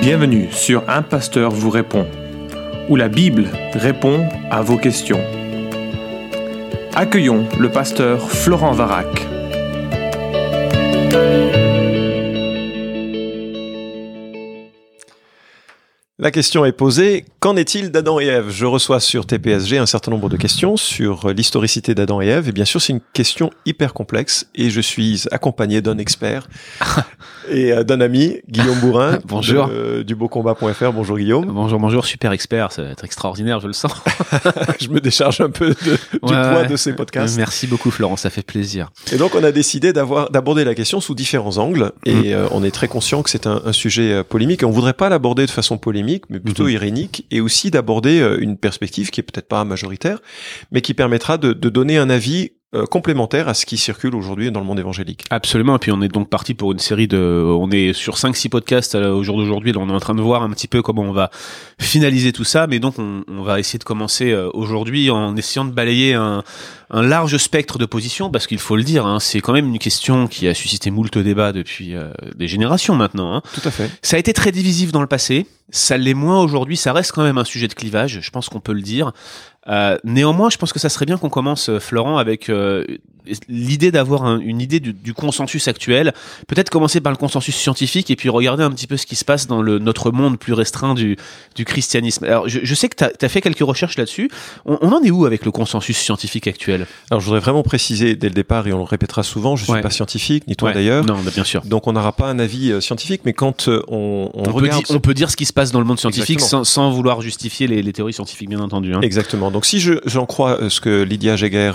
Bienvenue sur Un Pasteur vous répond, où la Bible répond à vos questions. Accueillons le pasteur Florent Varac. La question est posée, qu'en est-il d'Adam et Ève ? Je reçois sur TPSG un certain nombre de questions sur l'historicité d'Adam et Ève, et bien sûr c'est une question hyper complexe, et je suis accompagné d'un expert et d'un ami, Guillaume Bourrin, bonjour. Du beaucombat.fr. Bonjour Guillaume. Bonjour, super expert, ça va être extraordinaire, je le sens. Je me décharge un peu du poids de ces podcasts. Merci beaucoup Florent, ça fait plaisir. Et donc on a décidé d'aborder la question sous différents angles, et on est très conscient que c'est un sujet polémique, et on voudrait pas l'aborder de façon polémique, mais plutôt irénique, et aussi d'aborder une perspective qui est peut-être pas majoritaire, mais qui permettra de donner un avis complémentaire à ce qui circule aujourd'hui dans le monde évangélique. Absolument, et puis on est donc parti pour une série on est sur 5-6 podcasts au jour d'aujourd'hui, là on est en train de voir un petit peu comment on va finaliser tout ça, mais donc on va essayer de commencer aujourd'hui en essayant de balayer un large spectre de positions, parce qu'il faut le dire, c'est quand même une question qui a suscité moult débats depuis des générations maintenant. Tout à fait. Ça a été très divisif dans le passé, ça l'est moins aujourd'hui, ça reste quand même un sujet de clivage, je pense qu'on peut le dire. Néanmoins, je pense que ça serait bien qu'on commence, Florent, avec l'idée d'avoir une idée du consensus actuel. Peut-être commencer par le consensus scientifique et puis regarder un petit peu ce qui se passe dans notre monde plus restreint du christianisme. Alors, je sais que t'as fait quelques recherches là-dessus. On en est où avec le consensus scientifique actuel ? Alors, je voudrais vraiment préciser dès le départ, et on le répétera souvent, je suis pas scientifique, ni toi d'ailleurs. Non, bien sûr. Donc, on n'aura pas un avis scientifique, mais quand on regarde... On peut dire ce qui se passe dans le monde scientifique sans vouloir justifier les théories scientifiques, bien entendu. Exactement. Donc, si j'en crois ce que Lydia Jaeger,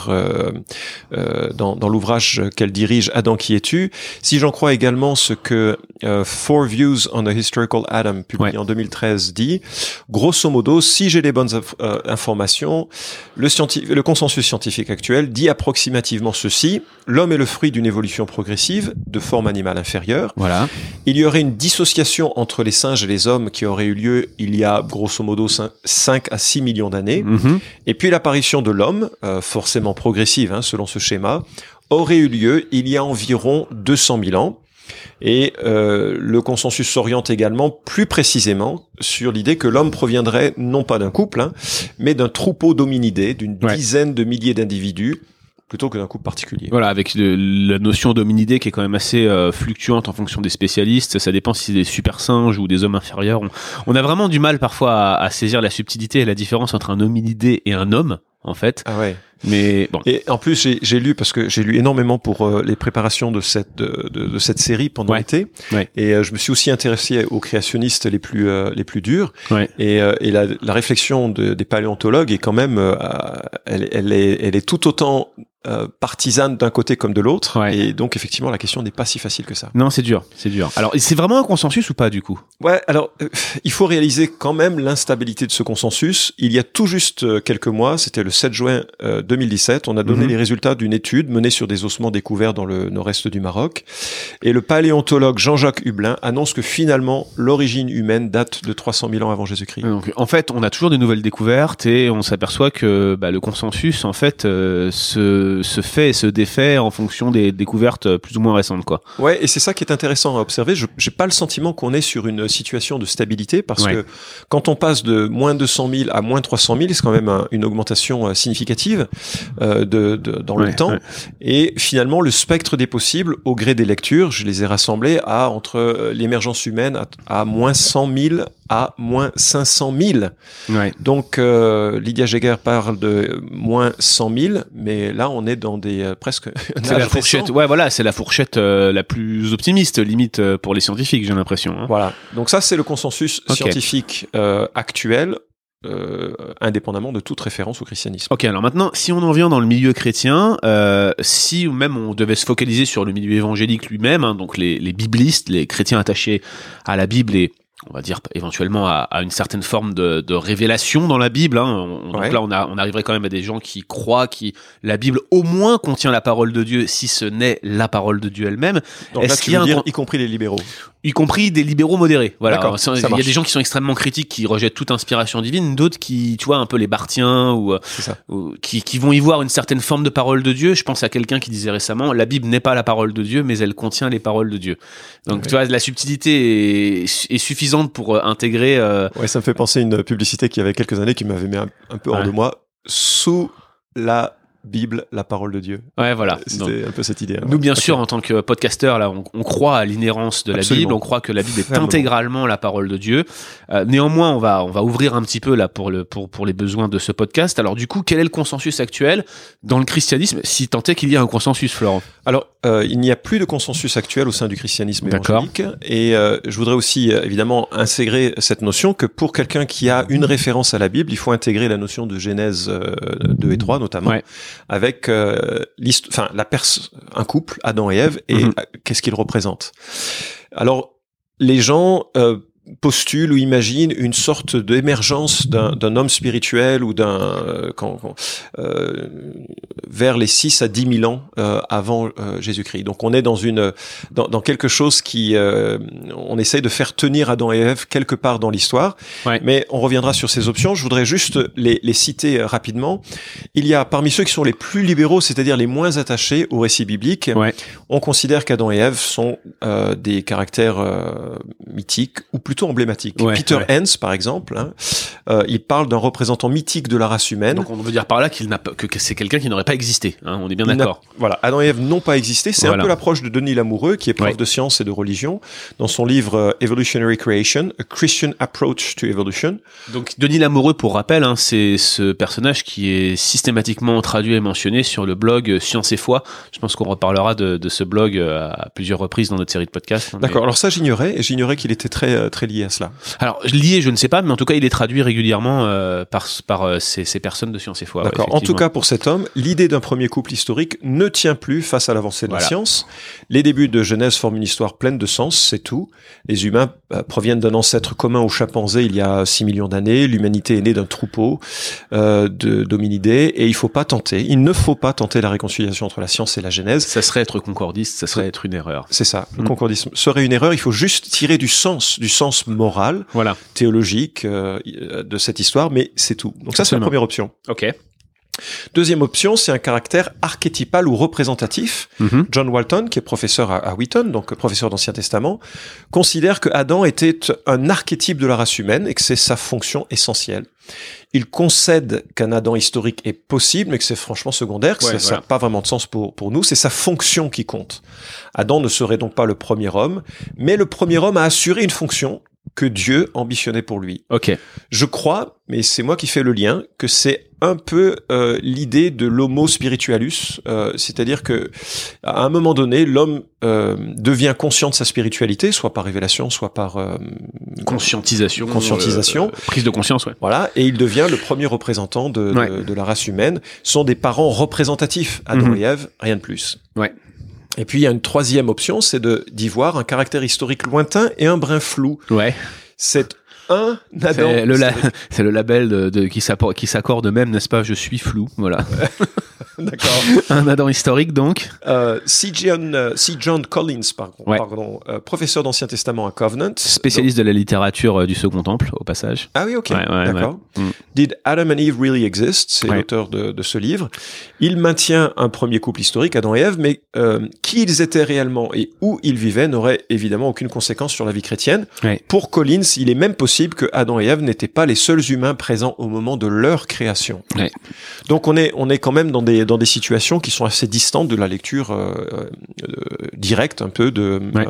dans l'ouvrage qu'elle dirige, Adam, qui es-tu ? Si j'en crois également ce que Four Views on a Historical Adam, publié en 2013, dit, grosso modo, si j'ai les bonnes informations, le consensus scientifique actuel dit approximativement ceci: l'homme est le fruit d'une évolution progressive de forme animale inférieure. Voilà. Il y aurait une dissociation entre les singes et les hommes qui aurait eu lieu il y a grosso modo 5 à 6 millions d'années. Et puis l'apparition de l'homme, forcément progressive selon ce schéma, aurait eu lieu il y a environ 200 000 ans. Et le consensus s'oriente également plus précisément sur l'idée que l'homme proviendrait non pas d'un couple, mais d'un troupeau d'hominidés, d'une dizaine de milliers d'individus, plutôt que d'un couple particulier. Voilà, avec la notion d'hominidé qui est quand même assez fluctuante en fonction des spécialistes. Ça dépend si c'est des super singes ou des hommes inférieurs. On a vraiment du mal parfois à saisir la subtilité et la différence entre un hominidé et un homme, en fait. Ah ouais. Mais bon. Et en plus, j'ai lu, parce que j'ai lu énormément pour les préparations de cette série pendant l'été. Ouais. Et je me suis aussi intéressé aux créationnistes les plus durs. Ouais. Et la réflexion des paléontologues est quand même, elle est tout autant partisane d'un côté comme de l'autre. Ouais. Et donc, effectivement, la question n'est pas si facile que ça. Non, c'est dur. Alors, c'est vraiment un consensus ou pas, du coup ? Ouais, alors, il faut réaliser quand même l'instabilité de ce consensus. Il y a tout juste quelques mois, c'était le 7 juin 2017, on a donné les résultats d'une étude menée sur des ossements découverts dans le nord-est du Maroc. Et le paléontologue Jean-Jacques Hublin annonce que finalement, l'origine humaine date de 300 000 ans avant Jésus-Christ. Donc, en fait, on a toujours des nouvelles découvertes et on s'aperçoit que le consensus, en fait, se fait et se défait en fonction des découvertes plus ou moins récentes, quoi. Ouais, et c'est ça qui est intéressant à observer. J'ai pas le sentiment qu'on est sur une situation de stabilité, parce que quand on passe de moins 200 000 à moins 300 000, c'est quand même une augmentation significative dans le temps. Ouais. Et finalement, le spectre des possibles, au gré des lectures, je les ai rassemblés entre l'émergence humaine à moins 100 000 à moins 500 000. Ouais. Donc, Lydia Jaeger parle de moins 100 000, mais là, on est dans presque... C'est la fourchette, c'est la fourchette la plus optimiste, limite, pour les scientifiques, j'ai l'impression. Voilà. Donc ça, c'est le consensus scientifique actuel, indépendamment de toute référence au christianisme. Ok, alors maintenant, si on en vient dans le milieu chrétien, si même on devait se focaliser sur le milieu évangélique lui-même, donc les biblistes, les chrétiens attachés à la Bible et on va dire éventuellement à une certaine forme de révélation dans la Bible. Donc là, on arriverait quand même à des gens qui croient que la Bible au moins contient la parole de Dieu, si ce n'est la parole de Dieu elle-même. Donc là, tu veux dire y compris les libéraux. y compris des libéraux modérés. Voilà. D'accord, Il y a des gens qui sont extrêmement critiques, qui rejettent toute inspiration divine, d'autres qui, tu vois, un peu les Barthiens ou qui vont y voir une certaine forme de parole de Dieu. Je pense à quelqu'un qui disait récemment, la Bible n'est pas la parole de Dieu, mais elle contient les paroles de Dieu. Donc, tu vois, la subtilité est suffisante pour intégrer. Ouais, ça me fait penser à une publicité qui y avait quelques années qui m'avait mis un peu hors de moi. Sous la Bible, la parole de Dieu. Ouais, voilà. C'était un peu cette idée. Nous, bien sûr, en tant que podcasteur, là, on croit à l'inhérence de la Bible, on croit que la Bible est intégralement la parole de Dieu. Néanmoins, on va ouvrir un petit peu là pour les besoins de ce podcast. Alors, du coup, quel est le consensus actuel dans le christianisme, si tant est qu'il y a un consensus, Florent? Alors, il n'y a plus de consensus actuel au sein du christianisme évangélique. Et je voudrais aussi, évidemment, intégrer cette notion que pour quelqu'un qui a une référence à la Bible, il faut intégrer la notion de Genèse 2 et 3, notamment. Ouais. Avec un couple, Adam et Ève, et qu'est-ce qu'ils représentent. Alors, les gens postulent ou imaginent une sorte d'émergence d'un homme spirituel ou vers les 6 à 10 000 ans avant Jésus-Christ. Donc on est dans quelque chose qui on essaye de faire tenir Adam et Ève quelque part dans l'histoire. Ouais. Mais on reviendra sur ces options. Je voudrais juste les citer rapidement. Il y a parmi ceux qui sont les plus libéraux, c'est-à-dire les moins attachés au récit biblique, on considère qu'Adam et Ève sont des caractères mythiques ou plutôt emblématique. Peter Enns, par exemple, il parle d'un représentant mythique de la race humaine. Donc on veut dire par là que c'est quelqu'un qui n'aurait pas existé. Hein, on est bien d'accord. Voilà, Adam et Ève n'ont pas existé. C'est un peu l'approche de Denis Lamoureux, qui est prof de sciences et de religion, dans son livre Evolutionary Creation, A Christian Approach to Evolution. Donc Denis Lamoureux, pour rappel, c'est ce personnage qui est systématiquement traduit et mentionné sur le blog Science et Foi. Je pense qu'on reparlera de ce blog à plusieurs reprises dans notre série de podcasts. D'accord. Alors ça, j'ignorais qu'il était très lié à cela. Alors lié, je ne sais pas, mais en tout cas, il est traduit régulièrement par ces personnes de Science et Foi. D'accord. En tout cas, pour cet homme, l'idée d'un premier couple historique ne tient plus face à l'avancée de la science. Les débuts de Genèse forment une histoire pleine de sens, c'est tout. Les humains proviennent d'un ancêtre commun aux chimpanzés il y a 6 millions d'années. L'humanité est née d'un troupeau d'hominidés et il ne faut pas tenter la réconciliation entre la science et la Genèse. Ça serait être concordiste, ça serait être une erreur. C'est ça. Le concordisme serait une erreur. Il faut juste tirer du sens moral, théologique de cette histoire, mais c'est tout. Donc ça, c'est la première option. Ok. Deuxième option, c'est un caractère archétypal ou représentatif. John Walton, qui est professeur à Wheaton, donc professeur d'Ancien Testament, considère que Adam était un archétype de la race humaine et que c'est sa fonction essentielle. Il concède qu'un Adam historique est possible, mais que c'est franchement secondaire, que ça n'a pas vraiment de sens pour nous. C'est sa fonction qui compte. Adam ne serait donc pas le premier homme, mais le premier homme a assuré une fonction que Dieu ambitionnait pour lui. Ok. Je crois, mais c'est moi qui fais le lien, que c'est un peu l'idée de l'homo spiritualus, c'est-à-dire que à un moment donné, l'homme devient conscient de sa spiritualité, soit par révélation, soit par conscientisation, prise de conscience, Voilà, et il devient le premier représentant de la race humaine. Ce sont des parents représentatifs, Adam et Ève, rien de plus. Ouais. Et puis il y a une troisième option, c'est d'y voir un caractère historique lointain et un brin flou. Ouais. C'est un Adam. C'est le label qui s'accorde même, n'est-ce pas? Je suis flou, voilà. D'accord. Un Adam historique, donc. C. John Collins, professeur d'Ancien Testament à Covenant. Spécialiste de la littérature du Second Temple, au passage. Ah oui, ok. D'accord. Ouais. Did Adam and Eve Really Exist? C'est l'auteur de ce livre. Il maintient un premier couple historique, Adam et Ève, mais qui ils étaient réellement et où ils vivaient n'aurait évidemment aucune conséquence sur la vie chrétienne. Ouais. Pour Collins, il est même possible que Adam et Ève n'étaient pas les seuls humains présents au moment de leur création. Ouais. Donc on est quand même dans des situations qui sont assez distantes de la lecture directe un peu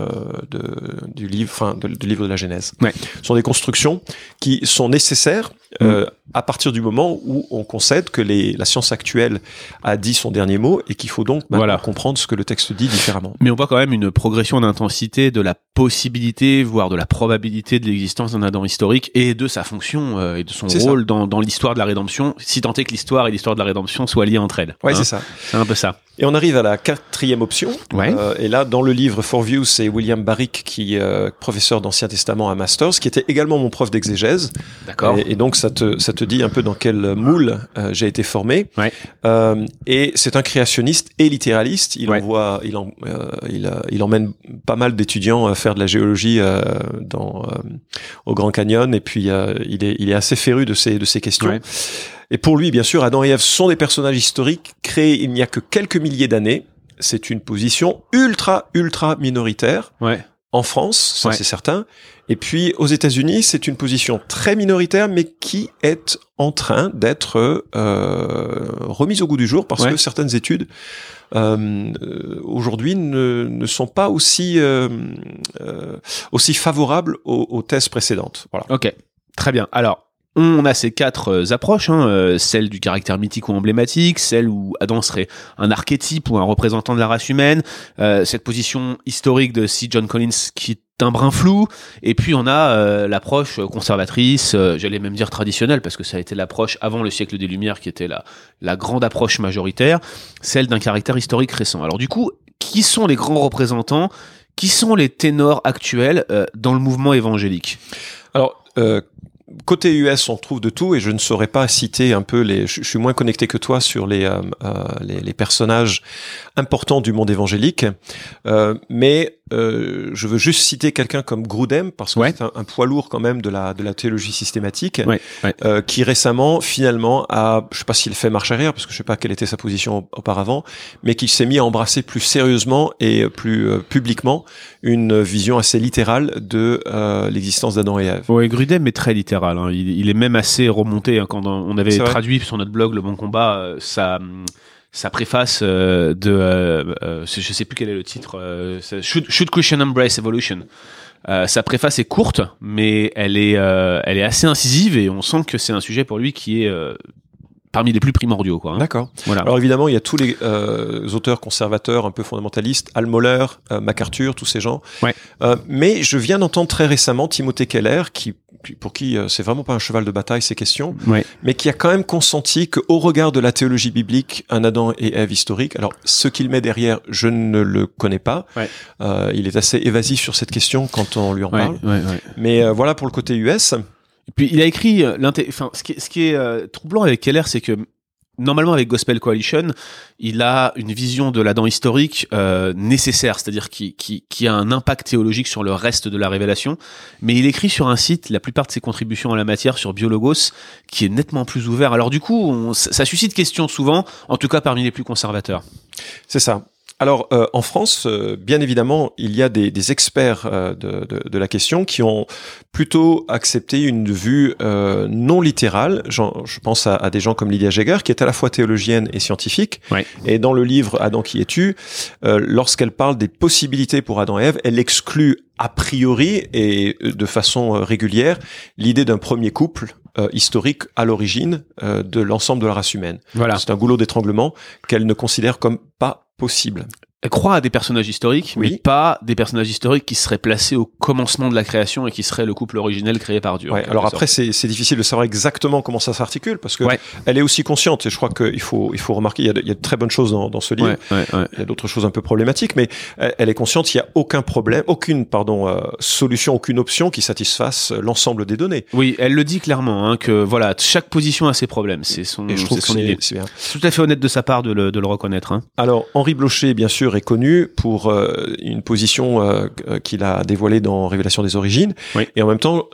du livre de la Genèse. Ouais. Ce sont des constructions qui sont nécessaires à partir du moment où on concède que la science actuelle a dit son dernier mot et qu'il faut donc comprendre ce que le texte dit différemment. Mais on voit quand même une progression d'intensité de la possibilité, voire de la probabilité de l'existence d'un Adam historique et de sa fonction et de son rôle dans l'histoire de la rédemption, si tant est que l'histoire et l'histoire de la rédemption soient liées entre elles. Ouais, c'est ça. C'est un peu ça. Et on arrive à la quatrième option. Ouais. Et là, dans le livre For Views, c'est William Barrick qui est professeur d'Ancien Testament à Masters, qui était également mon prof d'exégèse. D'accord. Et donc, ça te dit un peu dans quel moule j'ai été formé. Ouais. Et c'est un créationniste et littéraliste. Il Ouais. il emmène pas mal d'étudiants faire de la géologie au Grand Canyon. Et puis il est assez féru de ces questions. Ouais. Et pour lui, bien sûr, Adam et Ève sont des personnages historiques créés il n'y a que quelques milliers d'années. C'est une position ultra minoritaire. Ouais. En France, ça Ouais. c'est certain. Et puis aux États-Unis, c'est une position très minoritaire, mais qui est en train d'être remise au goût du jour parce Ouais. que certaines études aujourd'hui ne sont pas aussi favorables aux thèses précédentes. Voilà. Ok, très bien. Alors, on a ces 4 approches, celle du caractère mythique ou emblématique, celle où Adam serait un archétype ou un représentant de la race humaine, cette position historique de C. John Collins qui est un brin flou, et puis on a l'approche conservatrice, j'allais même dire traditionnelle, parce que ça a été l'approche avant le siècle des Lumières qui était la grande approche majoritaire, celle d'un caractère historique récent. Alors du coup, qui sont les grands représentants, qui sont les ténors actuels dans le mouvement évangélique ? Alors, côté US, on trouve de tout et je ne saurais pas citer un peu je suis moins connecté que toi sur les personnages importants du monde évangélique, mais je veux juste citer quelqu'un comme Grudem parce que Ouais. c'est un poids lourd quand même de la théologie systématique, Ouais. qui récemment finalement je sais pas s'il fait marche arrière parce que je sais pas quelle était sa position auparavant, mais qui s'est mis à embrasser plus sérieusement et plus publiquement une vision assez littérale de l'existence d'Adam et Ève. Ouais, Grudem est très littéral. Hein. Il est même assez remonté. Hein, quand on avait C'est vrai. traduit sur notre blog Le Bon Combat sa préface je sais plus quel est le titre. Should Christian Embrace Evolution? Sa préface est courte, mais elle est assez incisive et on sent que c'est un sujet pour lui qui est parmi les plus primordiaux, quoi. Hein. D'accord. Voilà. Alors évidemment, il y a tous les auteurs conservateurs un peu fondamentalistes, Al Mohler, MacArthur, tous ces gens. Ouais. Mais je viens d'entendre très récemment Timothée Keller, pour qui c'est vraiment pas un cheval de bataille ces questions, Ouais. mais qui a quand même consenti qu'au regard de la théologie biblique, un Adam et Ève historique. Alors ce qu'il met derrière, je ne le connais pas. Ouais. Il est assez évasif sur cette question quand on lui en Ouais, parle. ouais. Mais voilà pour le côté US. Et puis il a écrit ce qui est troublant avec Keller, c'est que normalement avec Gospel Coalition, il a une vision de l'Adam historique nécessaire, c'est-à-dire qui a un impact théologique sur le reste de la révélation, mais il écrit sur un site la plupart de ses contributions en la matière sur Biologos qui est nettement plus ouvert. Alors du coup, ça suscite questions souvent, en tout cas parmi les plus conservateurs. C'est ça. Alors, en France, bien évidemment, il y a des experts de la question qui ont plutôt accepté une vue non littérale. Je pense à des gens comme Lydia Jaeger, qui est à la fois théologienne et scientifique. Ouais. Et dans le livre Adam qui es-tu, lorsqu'elle parle des possibilités pour Adam et Ève, elle exclut a priori et de façon régulière l'idée d'un premier couple historique à l'origine de l'ensemble de la race humaine. Voilà. C'est un goulot d'étranglement qu'elle ne considère comme pas possible. Elle croit à des personnages historiques, Oui. mais pas des personnages historiques qui seraient placés au commencement de la création et qui seraient le couple originel créé par Dieu. Ouais, alors après, c'est difficile de savoir exactement comment ça s'articule parce que Ouais. elle est aussi consciente et je crois qu'il faut remarquer, il y a de très bonnes choses dans ce livre. Ouais. Il y a d'autres choses un peu problématiques, mais elle est consciente qu'il n'y a aucun problème, aucune solution, aucune option qui satisfasse l'ensemble des données. Oui, elle le dit clairement, hein, que voilà, chaque position a ses problèmes. C'est son, Et je trouve c'est son que idée. c'est bien. C'est tout à fait honnête de sa part de le reconnaître. Hein. Alors, Henri Blocher, bien sûr, est connu pour une position qu'il a dévoilée dans Révélation des origines. Oui. Et en même temps,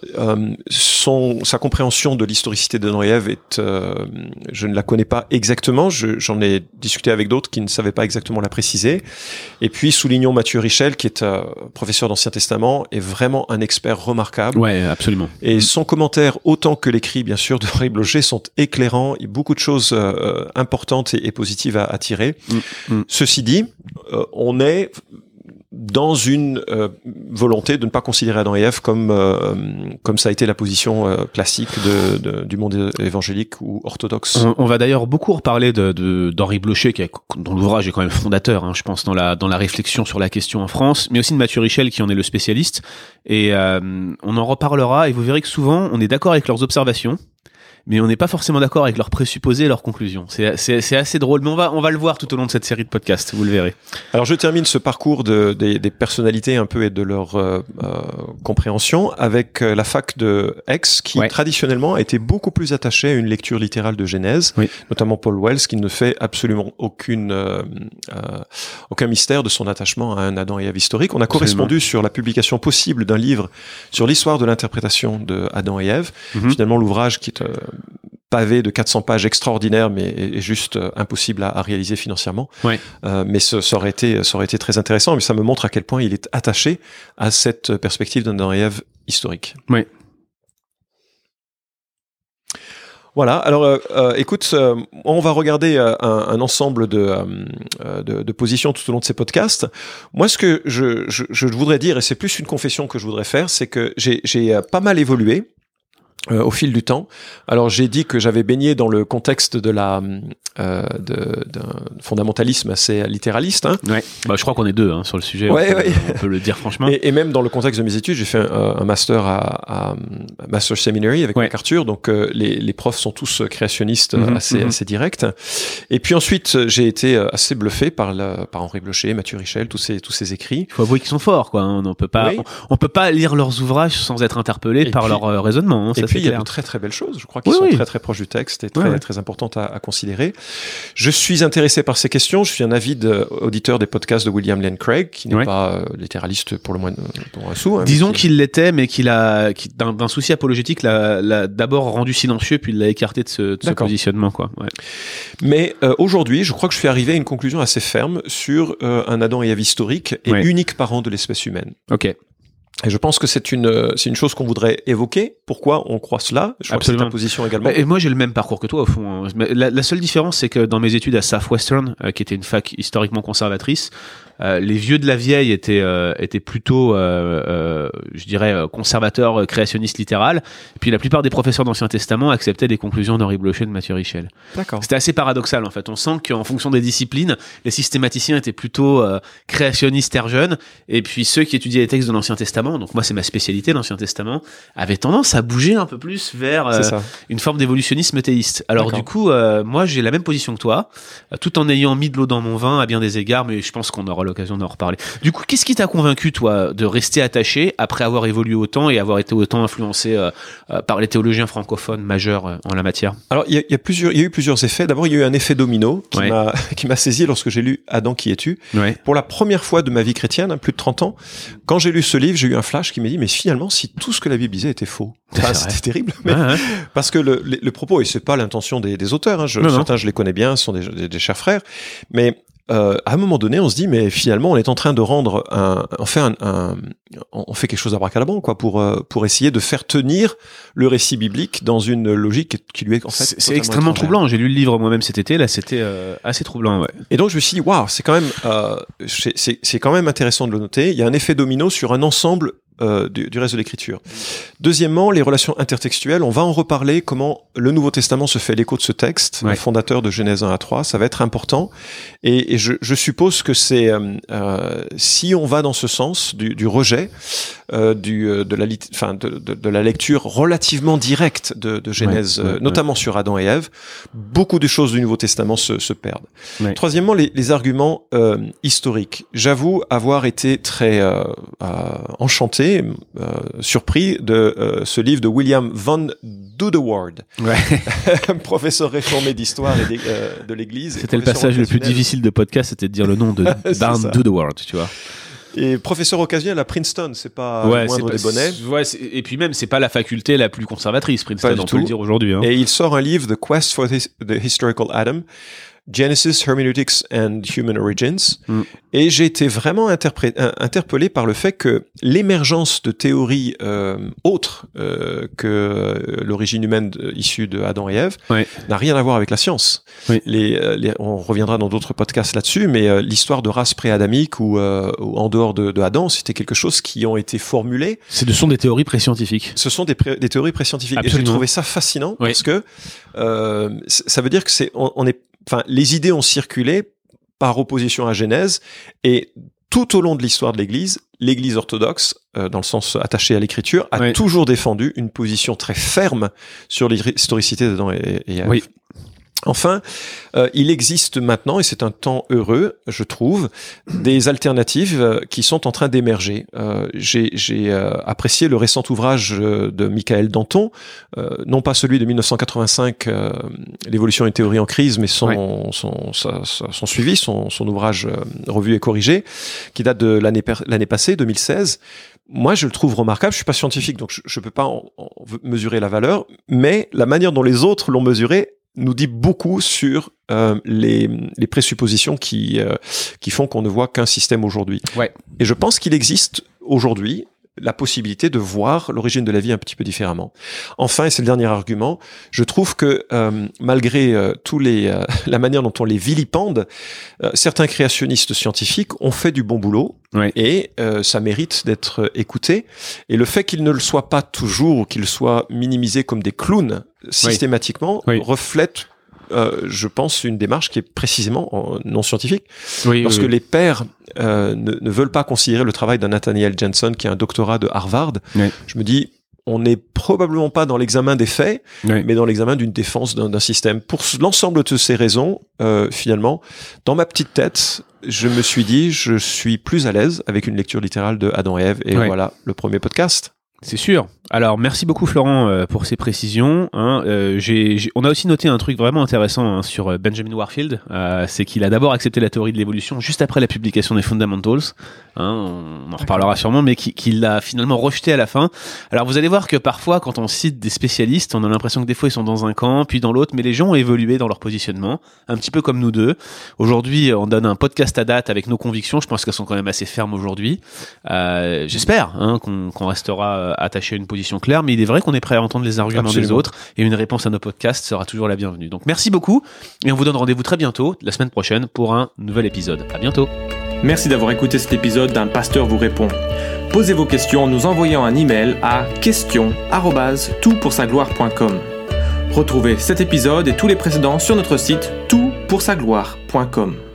sa compréhension de l'historicité d'Adam et Ève je ne la connais pas exactement. J'en ai discuté avec d'autres qui ne savaient pas exactement la préciser. Et puis, soulignons Mathieu Richel, qui est professeur d'Ancien Testament, est vraiment un expert remarquable. Ouais, absolument. Et son commentaire, autant que l'écrit, bien sûr, de Henri Blocher, sont éclairants. Il y a beaucoup de choses importantes et positives à tirer. Ceci dit, on est dans une volonté de ne pas considérer Adam et Ève comme ça a été la position classique du monde évangélique ou orthodoxe. On va d'ailleurs beaucoup reparler d'Henri Blocher, dont l'ouvrage est quand même fondateur, hein, je pense, dans la réflexion sur la question en France, mais aussi de Mathieu Richel, qui en est le spécialiste. Et on en reparlera, et vous verrez que souvent, on est d'accord avec leurs observations, mais on n'est pas forcément d'accord avec leurs présupposés et leurs conclusions. C'est assez drôle, mais on va le voir tout au long de cette série de podcasts, vous le verrez. Alors je termine ce parcours des personnalités un peu et de leur compréhension avec la fac de Aix qui traditionnellement a été beaucoup plus attachée à une lecture littérale de Genèse, notamment Paul Wells qui ne fait absolument aucun mystère de son attachement à un Adam et Ève historique. On a correspondu sur la publication possible d'un livre sur l'histoire de l'interprétation de Adam et Ève. Finalement l'ouvrage qui est pavé de 400 pages extraordinaires, mais est juste impossible à réaliser financièrement. Mais ça aurait été très intéressant, mais ça me montre à quel point il est attaché à cette perspective d'Adam et Ève historique. Oui. Voilà. Alors, écoute, on va regarder un ensemble de positions tout au long de ces podcasts. Moi, ce que je voudrais dire, et c'est plus une confession que je voudrais faire, c'est que j'ai pas mal évolué. Au fil du temps. Alors j'ai dit que j'avais baigné dans le contexte d'un fondamentalisme assez littéraliste. Hein. Je crois qu'on est deux sur le sujet. On peut le dire franchement. Et même dans le contexte de mes études, j'ai fait un master à Master Seminary avec MacArthur. Donc les profs sont tous créationnistes assez directs. Et puis ensuite, j'ai été assez bluffé par Henri Blocher, Mathieu Richel, tous ces écrits. Il faut avouer qu'ils sont forts, quoi. On peut pas lire leurs ouvrages sans être interpellé par leur raisonnement. Et puis il y a de très très belles choses, je crois, qui sont très très proches du texte et très importantes à considérer. Je suis intéressé par ces questions, je suis un avide auditeur des podcasts de William Lane Craig, qui n'est pas littéraliste pour le moins pour un sou. Hein, disons qu'il l'était, mais qui d'un souci apologétique l'a d'abord rendu silencieux, puis il l'a écarté de ce positionnement, quoi. Mais aujourd'hui, je crois que je suis arrivé à une conclusion assez ferme sur un Adam et Ève historique et unique parent de l'espèce humaine. Et je pense que c'est une chose qu'on voudrait évoquer. Pourquoi on croit cela? Je crois que c'est ta position également. Et moi, j'ai le même parcours que toi, au fond. La seule différence, c'est que dans mes études à Southwestern, qui était une fac historiquement conservatrice, les vieux de la vieille étaient plutôt, je dirais, conservateurs, créationnistes littéral. Et puis la plupart des professeurs d'Ancien Testament acceptaient les conclusions d'Henri Blocher et de Mathieu Richel. D'accord. C'était assez paradoxal, en fait. On sent qu'en fonction des disciplines, les systématiciens étaient plutôt créationnistes jeunes, et puis ceux qui étudiaient les textes de l'Ancien Testament, donc moi c'est ma spécialité, l'Ancien Testament, avaient tendance à bouger un peu plus vers une forme d'évolutionnisme théiste. Alors du coup, moi j'ai la même position que toi, tout en ayant mis de l'eau dans mon vin à bien des égards, mais je pense qu'on aura l'occasion d'en reparler. Du coup, qu'est-ce qui t'a convaincu, toi, de rester attaché après avoir évolué autant et avoir été autant influencé par les théologiens francophones majeurs en la matière? Alors, il y a eu plusieurs effets. D'abord, il y a eu un effet domino qui m'a saisi lorsque j'ai lu Adam qui es-tu. Pour la première fois de ma vie chrétienne, plus de 30 ans, quand j'ai lu ce livre, j'ai eu un flash qui m'a dit, mais finalement, si tout ce que la Bible disait était faux. C'était terrible, mais parce que le propos, et c'est pas l'intention des auteurs, hein, certains je les connais bien, ce sont des chers frères, mais à un moment donné, on se dit, mais finalement, on est en train de rendre on fait quelque chose d'abracadabra, quoi, pour essayer de faire tenir le récit biblique dans une logique qui lui est en fait. C'est extrêmement troublant. J'ai lu le livre moi-même cet été, là, c'était assez troublant, ouais. Et donc, je me suis dit, waouh, c'est quand même intéressant de le noter. Il y a un effet domino sur un ensemble du reste de l'écriture. Deuxièmement, les relations intertextuelles, on va en reparler, comment le Nouveau Testament se fait l'écho de ce texte, le fondateur de Genèse 1 à 3, ça va être important, et je suppose que c'est, si on va dans ce sens du rejet, de la lecture relativement directe de Genèse, notamment sur Adam et Ève, beaucoup de choses du Nouveau Testament se perdent. Troisièmement, les arguments historiques. J'avoue avoir été très enchanté, surpris de ce livre de William Van Dudeward, professeur réformé d'histoire et de l'Église. C'était le passage le plus difficile de podcast, c'était de dire le nom de Van Dudeward, tu vois. Et professeur occasionnel à Princeton, c'est pas le moindre des bonnets. Et puis même, c'est pas la faculté la plus conservatrice, Princeton, on peut le dire aujourd'hui. Hein. Et il sort un livre, The Quest for the Historical Adam, Genesis, Hermeneutics and Human Origins. Et j'ai été vraiment interpellé par le fait que l'émergence de théories autres que l'origine humaine issue de Adam et Ève n'a rien à voir avec la science. On reviendra dans d'autres podcasts là-dessus, mais l'histoire de race pré-adamique ou en dehors de Adam, c'était quelque chose qui ont été formulés. Ce sont des théories pré-scientifiques. Ce sont des théories pré-scientifiques. Absolument. Et j'ai trouvé ça fascinant parce que ça veut dire que les idées ont circulé par opposition à Genèse, et tout au long de l'histoire de l'Église orthodoxe, dans le sens attaché à l'écriture, a toujours défendu une position très ferme sur l'historicité d'Adam et Ève. Oui. Enfin, il existe maintenant, et c'est un temps heureux, je trouve, des alternatives qui sont en train d'émerger. J'ai apprécié le récent ouvrage de Michael Danton, non pas celui de 1985, L'évolution et théorie en crise, mais son suivi, son ouvrage revu et corrigé, qui date de l'année passée, 2016. Moi, je le trouve remarquable. Je suis pas scientifique, donc je peux pas en mesurer la valeur, mais la manière dont les autres l'ont mesuré nous dit beaucoup sur les présuppositions qui font qu'on ne voit qu'un système aujourd'hui. Ouais. Et je pense qu'il existe aujourd'hui la possibilité de voir l'origine de la vie un petit peu différemment. Enfin, et c'est le dernier argument, je trouve que malgré la manière dont on les vilipende, certains créationnistes scientifiques ont fait du bon boulot et ça mérite d'être écouté. Et le fait qu'ils ne le soient pas toujours, ou qu'ils soient minimisés comme des clowns systématiquement, reflète je pense, une démarche qui est précisément non scientifique. Lorsque les pairs ne veulent pas considérer le travail d'un Nathaniel Jensen, qui a un doctorat de Harvard, je me dis, on n'est probablement pas dans l'examen des faits, mais dans l'examen d'une défense d'un système. Pour l'ensemble de ces raisons, finalement, dans ma petite tête, je me suis dit, je suis plus à l'aise avec une lecture littérale de Adam et Ève, et voilà le premier podcast. C'est sûr. Alors, merci beaucoup Florent pour ces précisions. On a aussi noté un truc vraiment intéressant sur Benjamin Warfield, c'est qu'il a d'abord accepté la théorie de l'évolution juste après la publication des Fundamentals. On en reparlera sûrement, mais qu'il l'a finalement rejeté à la fin. Alors, vous allez voir que parfois, quand on cite des spécialistes, on a l'impression que des fois ils sont dans un camp, puis dans l'autre, mais les gens ont évolué dans leur positionnement, un petit peu comme nous deux. Aujourd'hui, on donne un podcast à date avec nos convictions. Je pense qu'elles sont quand même assez fermes aujourd'hui. J'espère qu'on restera attaché à une position claire, mais il est vrai qu'on est prêt à entendre les arguments des autres, et une réponse à nos podcasts sera toujours la bienvenue. Donc merci beaucoup, et on vous donne rendez-vous très bientôt, la semaine prochaine, pour un nouvel épisode. À bientôt. Merci d'avoir écouté cet épisode d'Un pasteur vous répond. Posez vos questions en nous envoyant un email à questions@toutpoursagloire.com. Retrouvez cet épisode et tous les précédents sur notre site toutpoursagloire.com.